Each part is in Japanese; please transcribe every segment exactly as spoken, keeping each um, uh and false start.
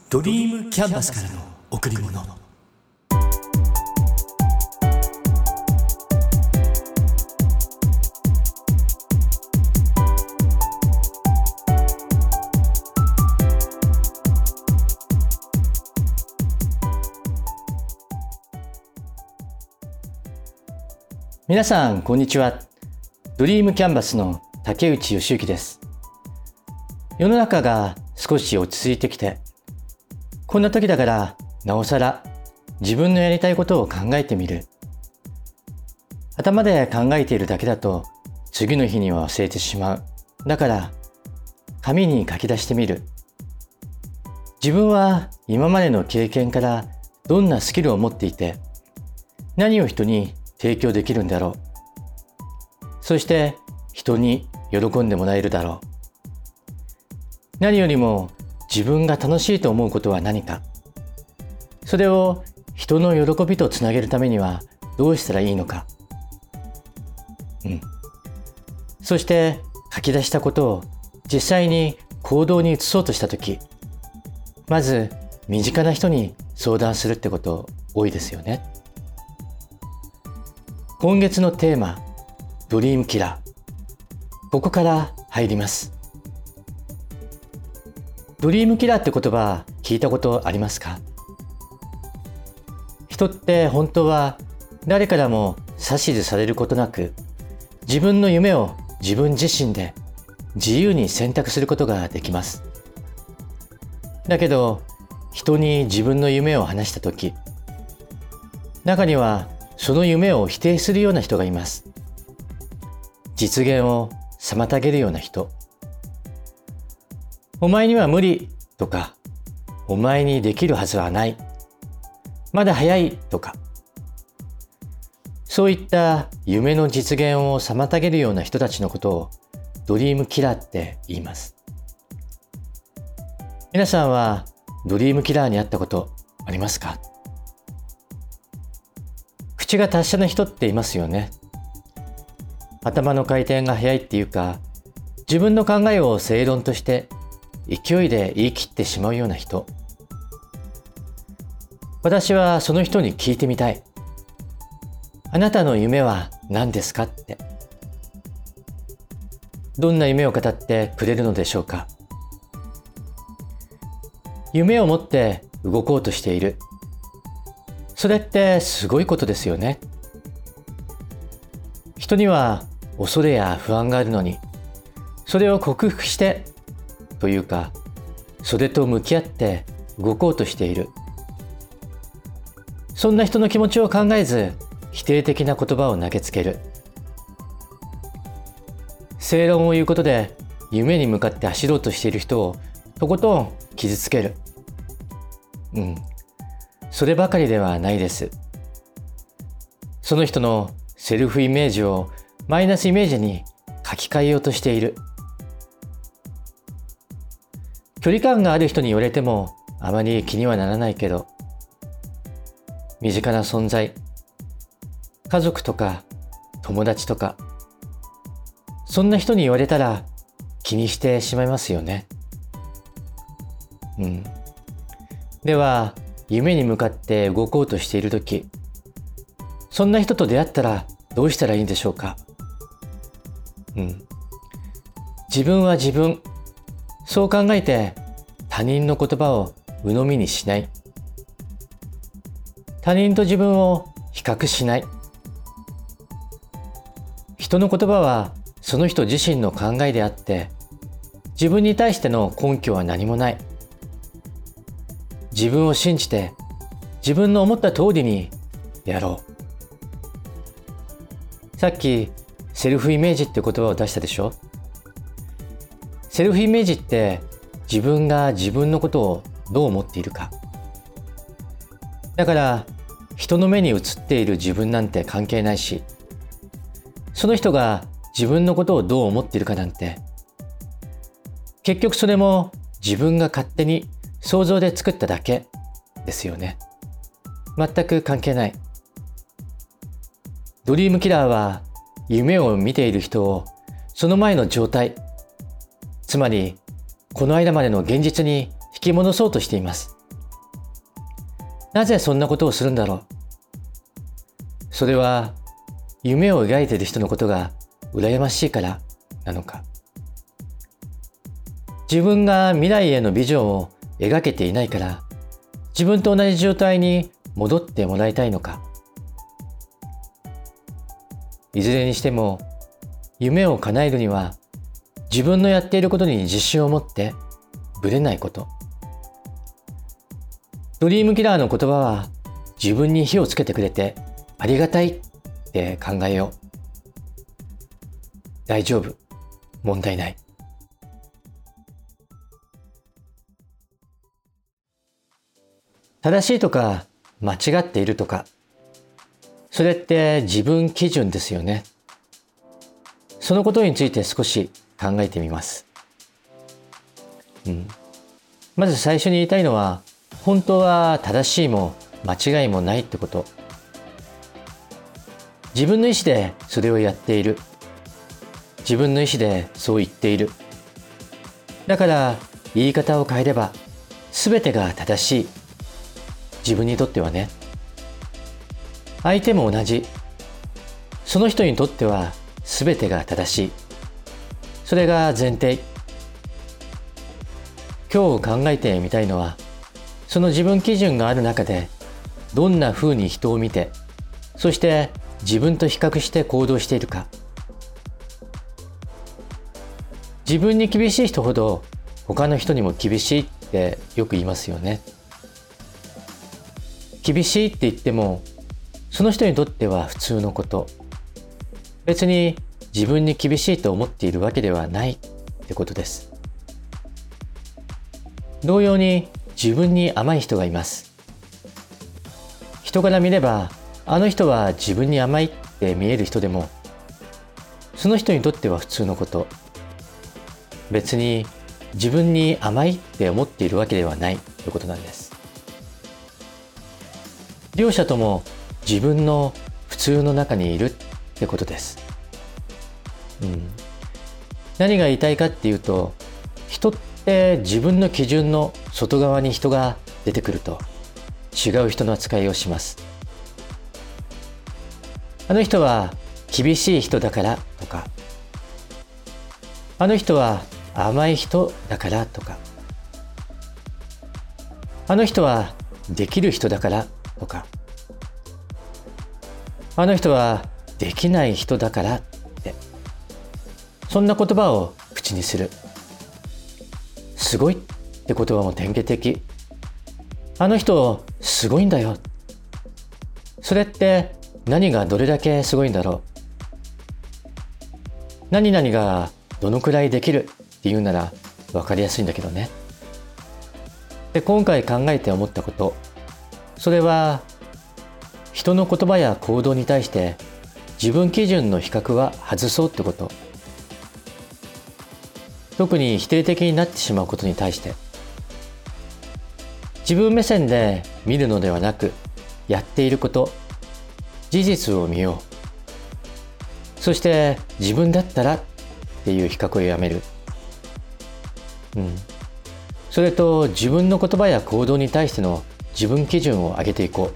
ドリームキャンバスからの贈り物。皆さんこんにちは。ドリームキャンバスの竹内義之です。世の中が少し落ち着いてきて、こんな時だからなおさら自分のやりたいことを考えてみる。頭で考えているだけだと次の日には忘れてしまう。だから紙に書き出してみる。自分は今までの経験からどんなスキルを持っていて、何を人に提供できるんだろう。そして人に喜んでもらえるだろう。何よりも自分が楽しいと思うことは何か。それを人の喜びとつなげるためにはどうしたらいいのか。うん。そして書き出したことを実際に行動に移そうとしたとき、まず身近な人に相談するってこと多いですよね。今月のテーマ、ドリームキラー。ここから入ります。ドリームキラーって言葉聞いたことありますか？人って本当は誰からも指図されることなく、自分の夢を自分自身で自由に選択することができます。だけど、人に自分の夢を話したとき、中にはその夢を否定するような人がいます。実現を妨げるような人。お前には無理とか、お前にできるはずはない。まだ早いとか。そういった夢の実現を妨げるような人たちのことをドリームキラーって言います。皆さんはドリームキラーに会ったことありますか？口が達者な人っていますよね。頭の回転が速いっていうか、自分の考えを正論として勢いで言い切ってしまうような人。私はその人に聞いてみたい。あなたの夢は何ですかって。どんな夢を語ってくれるのでしょうか。夢を持って動こうとしている。それってすごいことですよね。人には恐れや不安があるのに、それを克服してというか、それと向き合って動こうとしている。そんな人の気持ちを考えず、否定的な言葉を投げつける。正論を言うことで夢に向かって走ろうとしている人をとことん傷つける。うん。そればかりではないです。その人のセルフイメージをマイナスイメージに書き換えようとしている。距離感がある人に言われてもあまり気にはならないけど、身近な存在、家族とか友達とか、そんな人に言われたら気にしてしまいますよね。うん。では、夢に向かって動こうとしているとき、そんな人と出会ったらどうしたらいいんでしょうか。うん。自分は自分。そう考えて他人の言葉を鵜呑みにしない。他人と自分を比較しない。人の言葉はその人自身の考えであって、自分に対しての根拠は何もない。自分を信じて自分の思った通りにやろう。さっきセルフイメージって言葉を出したでしょ。セルフイメージって自分が自分のことをどう思っているか。だから人の目に映っている自分なんて関係ないし、その人が自分のことをどう思っているかなんて、結局それも自分が勝手に想像で作っただけですよね。全く関係ない。ドリームキラーは夢を見ている人をその前の状態、つまりこの間までの現実に引き戻そうとしています。 なぜそんなことをするんだろう。それは夢を描いている人のことが羨ましいからなのか。自分が未来へのビジョンを描けていないから自分と同じ状態に戻ってもらいたいのか。いずれにしても夢を叶えるには自分のやっていることに自信を持ってぶれないこと。ドリームキラーの言葉は自分に火をつけてくれてありがたいって考えよう。大丈夫、問題ない。正しいとか間違っているとか、それって自分基準ですよね。そのことについて少し考えてみます。うん、まず最初に言いたいのは、本当は正しいも間違いもないってこと。自分の意思でそれをやっている。自分の意思でそう言っている。だから言い方を変えれば全てが正しい。自分にとってはね。相手も同じ。その人にとっては全てが正しい。それが前提。今日考えてみたいのは、その自分基準がある中でどんなふうに人を見て、そして自分と比較して行動しているか。自分に厳しい人ほど他の人にも厳しいってよく言いますよね。厳しいって言ってもその人にとっては普通のこと。別に自分に厳しいと思っているわけではないってことです。同様に自分に甘い人がいます。人から見ればあの人は自分に甘いって見える人でも、その人にとっては普通のこと。別に自分に甘いって思っているわけではないということなんです。両者とも自分の普通の中にいるってことです。うん、何が言いたいかっていうと、人って自分の基準の外側に人が出てくると違う人の扱いをします。あの人は厳しい人だからとか、あの人は甘い人だからとか、あの人はできる人だからとか、あの人はできない人だからって、そんな言葉を口にする。すごいって言葉も典型的。あの人すごいんだよ。それって何がどれだけすごいんだろう。何々がどのくらいできるっていうなら分かりやすいんだけどね。で、今回考えて思ったこと、それは人の言葉や行動に対して自分基準の比較は外そうってこと。特に否定的になってしまうことに対して自分目線で見るのではなく、やっていること、事実を見よう。そして自分だったらっていう比較をやめる。うん。それと自分の言葉や行動に対しての自分基準を上げていこう。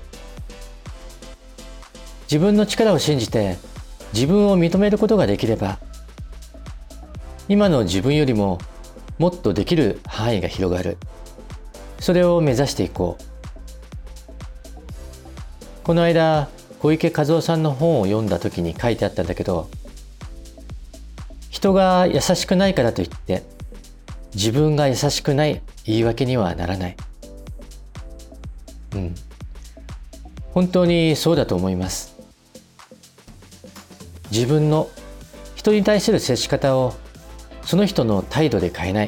自分の力を信じて自分を認めることができれば、今の自分よりももっとできる範囲が広がる。それを目指していこう。この間小池和夫さんの本を読んだ時に書いてあったんだけど、人が優しくないからといって自分が優しくない言い訳にはならない。うん、本当にそうだと思います。自分の人に対する接し方をその人の態度で変えない。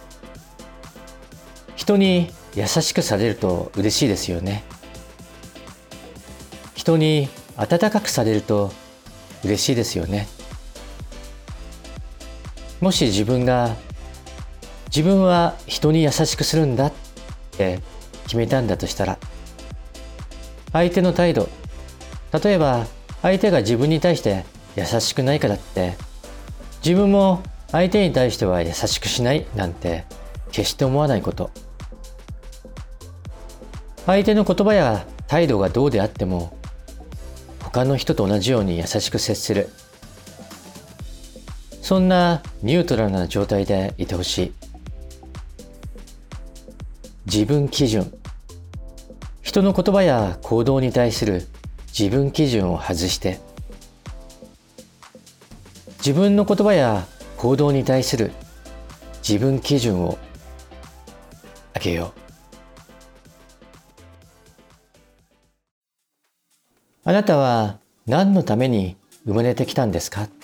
人に優しくされると嬉しいですよね。人に温かくされると嬉しいですよね。もし自分が自分は人に優しくするんだって決めたんだとしたら、相手の態度、例えば相手が自分に対して優しくないからって自分も相手に対しては優しくしないなんて決して思わないこと。 相手の言葉や態度がどうであっても、他の人と同じように優しく接する。そんなニュートラルな状態でいてほしい。自分基準。人の言葉や行動に対する自分基準を外して、自分の言葉や行動に対する自分基準を上げよう。あなたは何のために生まれてきたんですか？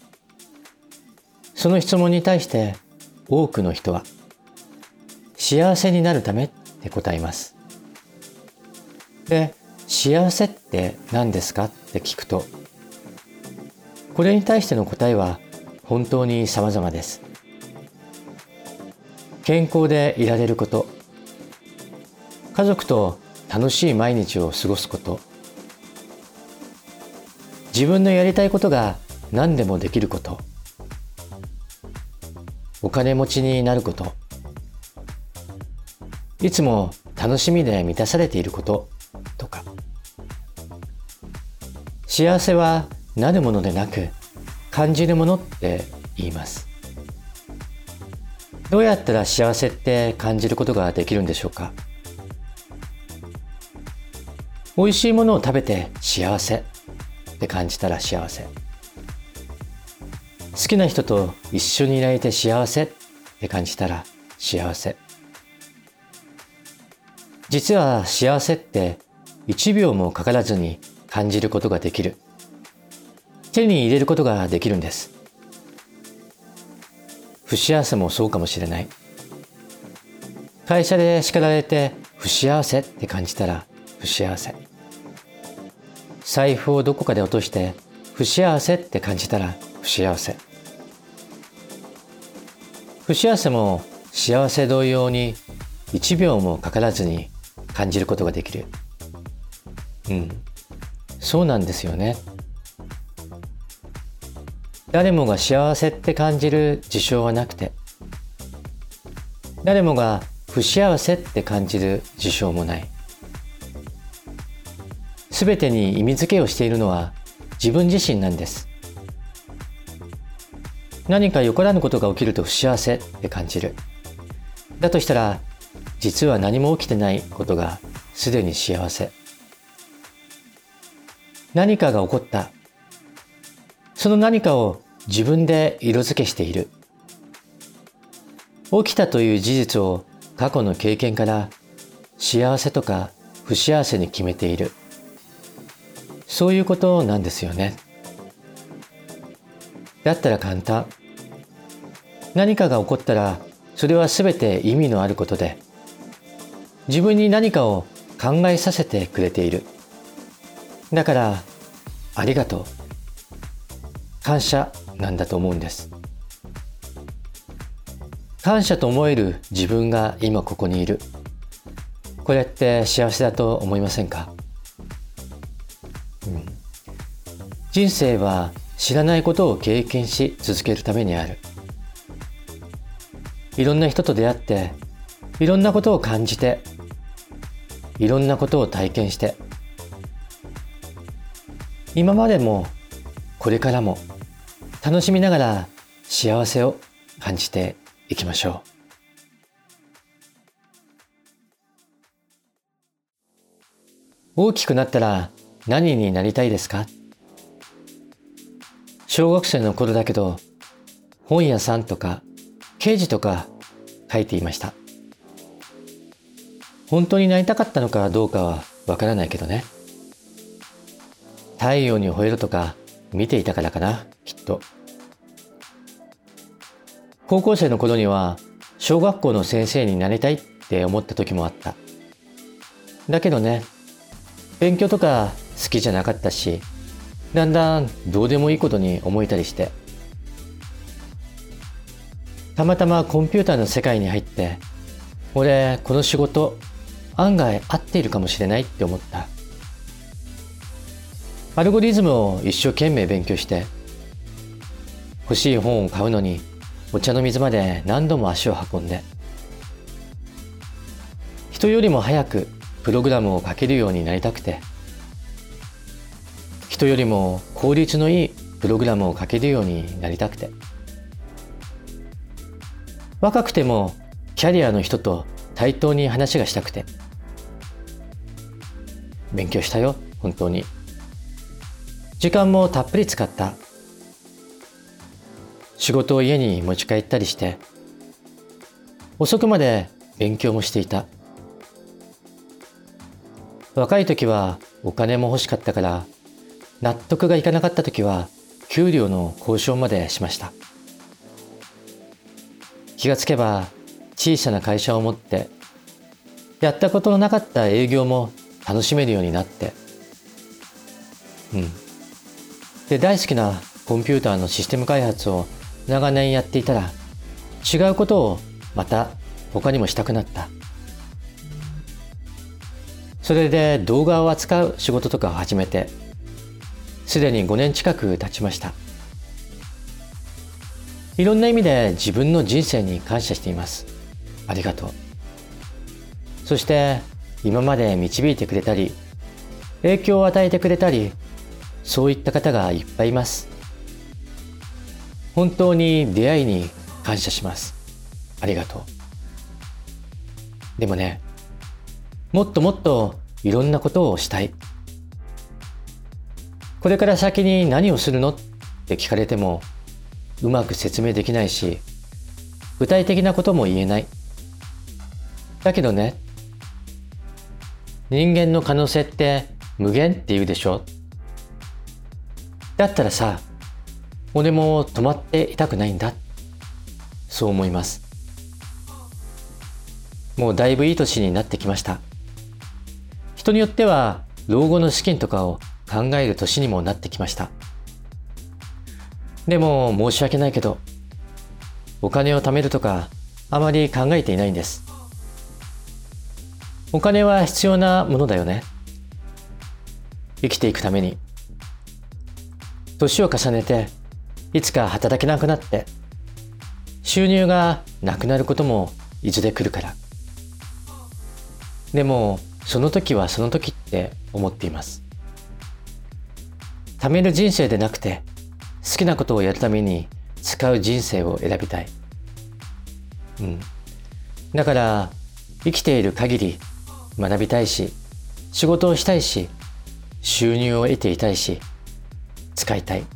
その質問に対して多くの人は幸せになるためって答えます。で、幸せって何ですかって聞くと、これに対しての答えは本当に様々です。健康でいられること、家族と楽しい毎日を過ごすこと、自分のやりたいことが何でもできること、お金持ちになること、いつも楽しみで満たされていることとか。幸せはなるものでなく感じるものって言います。どうやったら幸せって感じることができるんでしょうか？美味しいものを食べて幸せって感じたら幸せ。好きな人と一緒にいられて幸せって感じたら幸せ。実は幸せって一秒もかからずに感じることができる。手に入れることができるんです。不幸せもそうかもしれない。会社で叱られて不幸せって感じたら不幸せ。財布をどこかで落として不幸せって感じたら不幸せ。不幸せも幸せ同様に一秒もかからずに感じることができる。うん、そうなんですよね。誰もが幸せって感じる事象はなくて、誰もが不幸せって感じる事象もない。すべてに意味付けをしているのは自分自身なんです。何かよからぬことが起きると不幸せって感じる。だとしたら、実は何も起きてないことがすでに幸せ。何かが起こった。その何かを自分で色付けしている。起きたという事実を過去の経験から幸せとか不幸せに決めている。そういうことなんですよね。だったら簡単。何かが起こったらそれはすべて意味のあることで、自分に何かを考えさせてくれている。だからありがとう、感謝なんだと思うんです。感謝と思える自分が今ここにいる。これって幸せだと思いませんか？うん、人生は知らないことを経験し続けるためにある。いろんな人と出会って、いろんなことを感じて、いろんなことを体験して、今までもこれからも楽しみながら幸せを感じていきましょう。大きくなったら何になりたいですか？小学生の頃だけど、本屋さんとか刑事とか書いていました。本当になりたかったのかどうかはわからないけどね。太陽にほえろとか見ていたからかな、きっと。高校生の頃には小学校の先生になりたいって思った時もあった。だけどね、勉強とか好きじゃなかったし、だんだんどうでもいいことに思えたりして、たまたまコンピューターの世界に入って、俺この仕事案外合っているかもしれないって思った。アルゴリズムを一生懸命勉強して、欲しい本を買うのにお茶の水まで何度も足を運んで、人よりも早くプログラムを書けるようになりたくて、人よりも効率のいいプログラムを書けるようになりたくて、若くてもキャリアの人と対等に話がしたくて、勉強したよ、本当に。時間もたっぷり使った。仕事を家に持ち帰ったりして、遅くまで勉強もしていた。若い時はお金も欲しかったから、納得がいかなかった時は給料の交渉までしました。気がつけば小さな会社を持って、やったことのなかった営業も楽しめるようになって、うん。で、大好きなコンピューターのシステム開発を長年やっていたら、違うことをまた他にもしたくなった。それで動画を扱う仕事とかを始めて、すでにごねん近く経ちました。いろんな意味で自分の人生に感謝しています。ありがとう。そして今まで導いてくれたり、影響を与えてくれたり、そういった方がいっぱいいます。本当に出会いに感謝します。ありがとう。でもね、もっともっといろんなことをしたい。これから先に何をするのって聞かれても、うまく説明できないし、具体的なことも言えない。だけどね、人間の可能性って無限って言うでしょ。だったらさ、俺も止まっていたくないんだ。そう思います。もうだいぶいい年になってきました。人によっては老後の資金とかを考える年にもなってきました。でも申し訳ないけど、お金を貯めるとかあまり考えていないんです。お金は必要なものだよね。生きていくために。年を重ねて、いつか働けなくなって、収入がなくなることもいずれ来るから。でも、その時はその時って思っています。貯める人生でなくて、好きなことをやるために使う人生を選びたい。うん。だから、生きている限り学びたいし、仕事をしたいし、収入を得ていたいし、使いたい。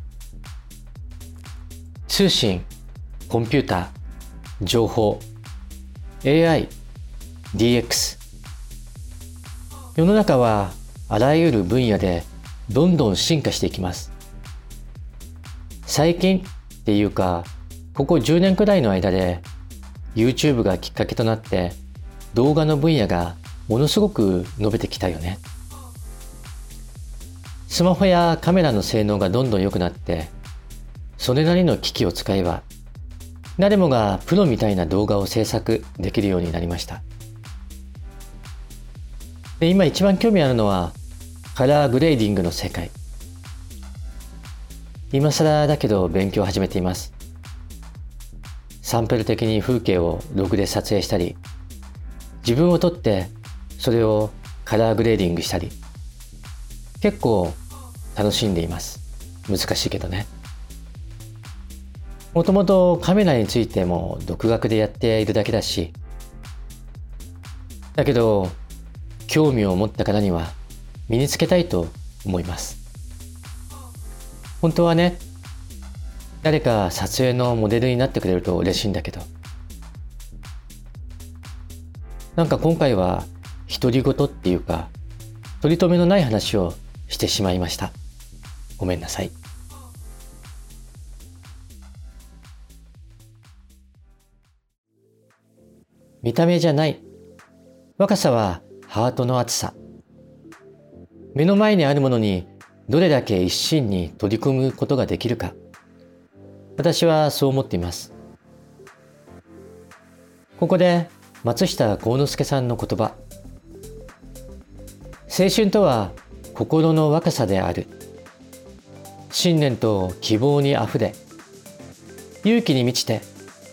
通信、コンピューター、情報、エーアイ、ディーエックス。世の中はあらゆる分野でどんどん進化していきます。最近っていうか、ここじゅうねんくらいの間で YouTube がきっかけとなって動画の分野がものすごく伸びてきたよね。スマホやカメラの性能がどんどん良くなって、それなりの機器を使えば誰もがプロみたいな動画を制作できるようになりました。で、今一番興味あるのはカラーグレーディングの世界。今更だけど勉強を始めています。サンプル的に風景をログで撮影したり、自分を撮ってそれをカラーグレーディングしたり、結構楽しんでいます。難しいけどね。もともとカメラについても独学でやっているだけだし、だけど興味を持ったからには身につけたいと思います。本当はね、誰か撮影のモデルになってくれると嬉しいんだけど、なんか今回は独り言っていうか、取り留めのない話をしてしまいました。ごめんなさい。見た目じゃない。若さはハートの熱さ。目の前にあるものにどれだけ一心に取り組むことができるか。私はそう思っています。ここで松下幸之助さんの言葉。青春とは心の若さである。信念と希望にあふれ、勇気に満ちて、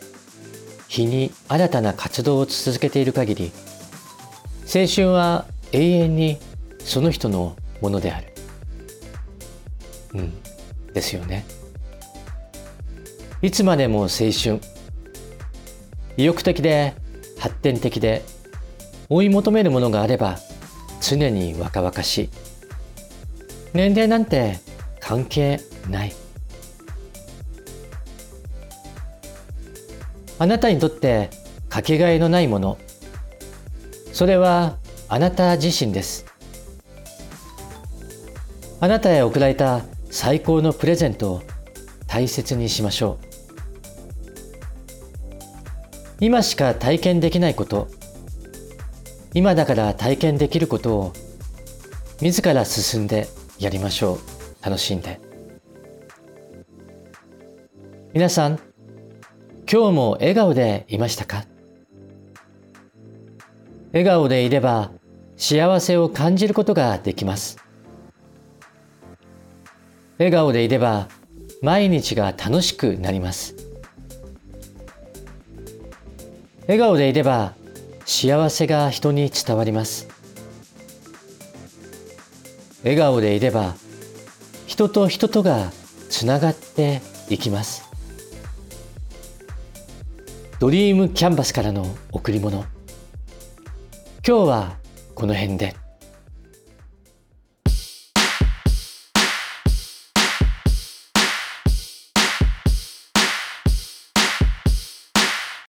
日に新たな活動を続けている限り、青春は永遠にその人のものである。うん、ですよね。いつまでも青春。意欲的で発展的で追い求めるものがあれば常に若々しい。年齢なんて関係ない。あなたにとってかけがえのないもの、それはあなた自身です。あなたへ贈られた最高のプレゼントを大切にしましょう。今しか体験できないこと、今だから体験できることを自ら進んでやりましょう。楽しんで。皆さん、今日も笑顔でいましたか？笑顔でいれば幸せを感じることができます。笑顔でいれば毎日が楽しくなります。笑顔でいれば幸せが人に伝わります。笑顔でいれば人と人とがつながっていきます。ドリームキャンバスからの贈り物。今日はこの辺で。